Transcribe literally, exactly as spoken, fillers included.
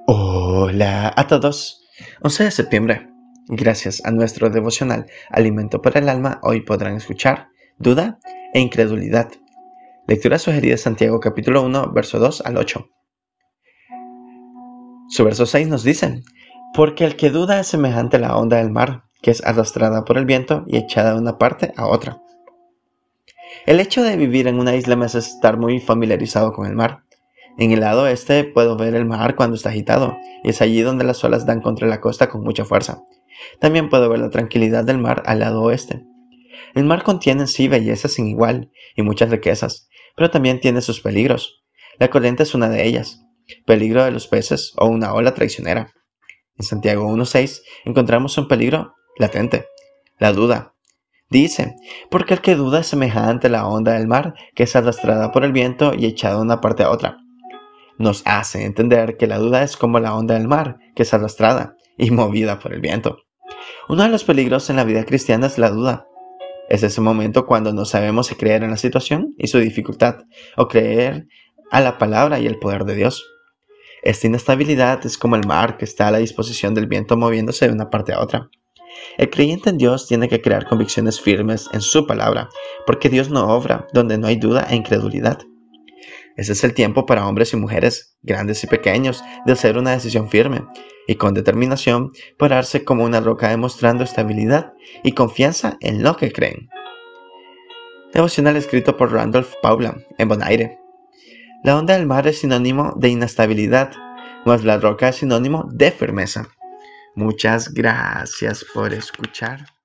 Hola a todos. once de septiembre. Gracias a nuestro devocional Alimento para el Alma, hoy podrán escuchar duda e incredulidad. Lectura sugerida de Santiago capítulo uno, verso dos al ocho. Su verso seis nos dice: porque el que duda es semejante a la onda del mar, que es arrastrada por el viento y echada de una parte a otra. El hecho de vivir en una isla me hace estar muy familiarizado con el mar. En el lado este puedo ver el mar cuando está agitado, y es allí donde las olas dan contra la costa con mucha fuerza. También puedo ver la tranquilidad del mar al lado oeste. El mar contiene en sí belleza sin igual y muchas riquezas, pero también tiene sus peligros. La corriente es una de ellas, peligro de los peces o una ola traicionera. En Santiago uno seis encontramos un peligro latente, la duda. Dice: porque el que duda es semejante a la onda del mar, que es arrastrada por el viento y echada de una parte a otra. Nos hace entender que la duda es como la onda del mar, que es arrastrada y movida por el viento. Uno de los peligros en la vida cristiana es la duda. Es ese momento cuando no sabemos si creer en la situación y su dificultad, o creer a la palabra y el poder de Dios. Esta inestabilidad es como el mar que está a la disposición del viento moviéndose de una parte a otra. El creyente en Dios tiene que crear convicciones firmes en su palabra, porque Dios no obra donde no hay duda e incredulidad. Ese es el tiempo para hombres y mujeres, grandes y pequeños, de hacer una decisión firme y con determinación pararse como una roca demostrando estabilidad y confianza en lo que creen. Devocional escrito por Randolph Paula en Bonaire. La onda del mar es sinónimo de inestabilidad, mas la roca es sinónimo de firmeza. Muchas gracias por escuchar.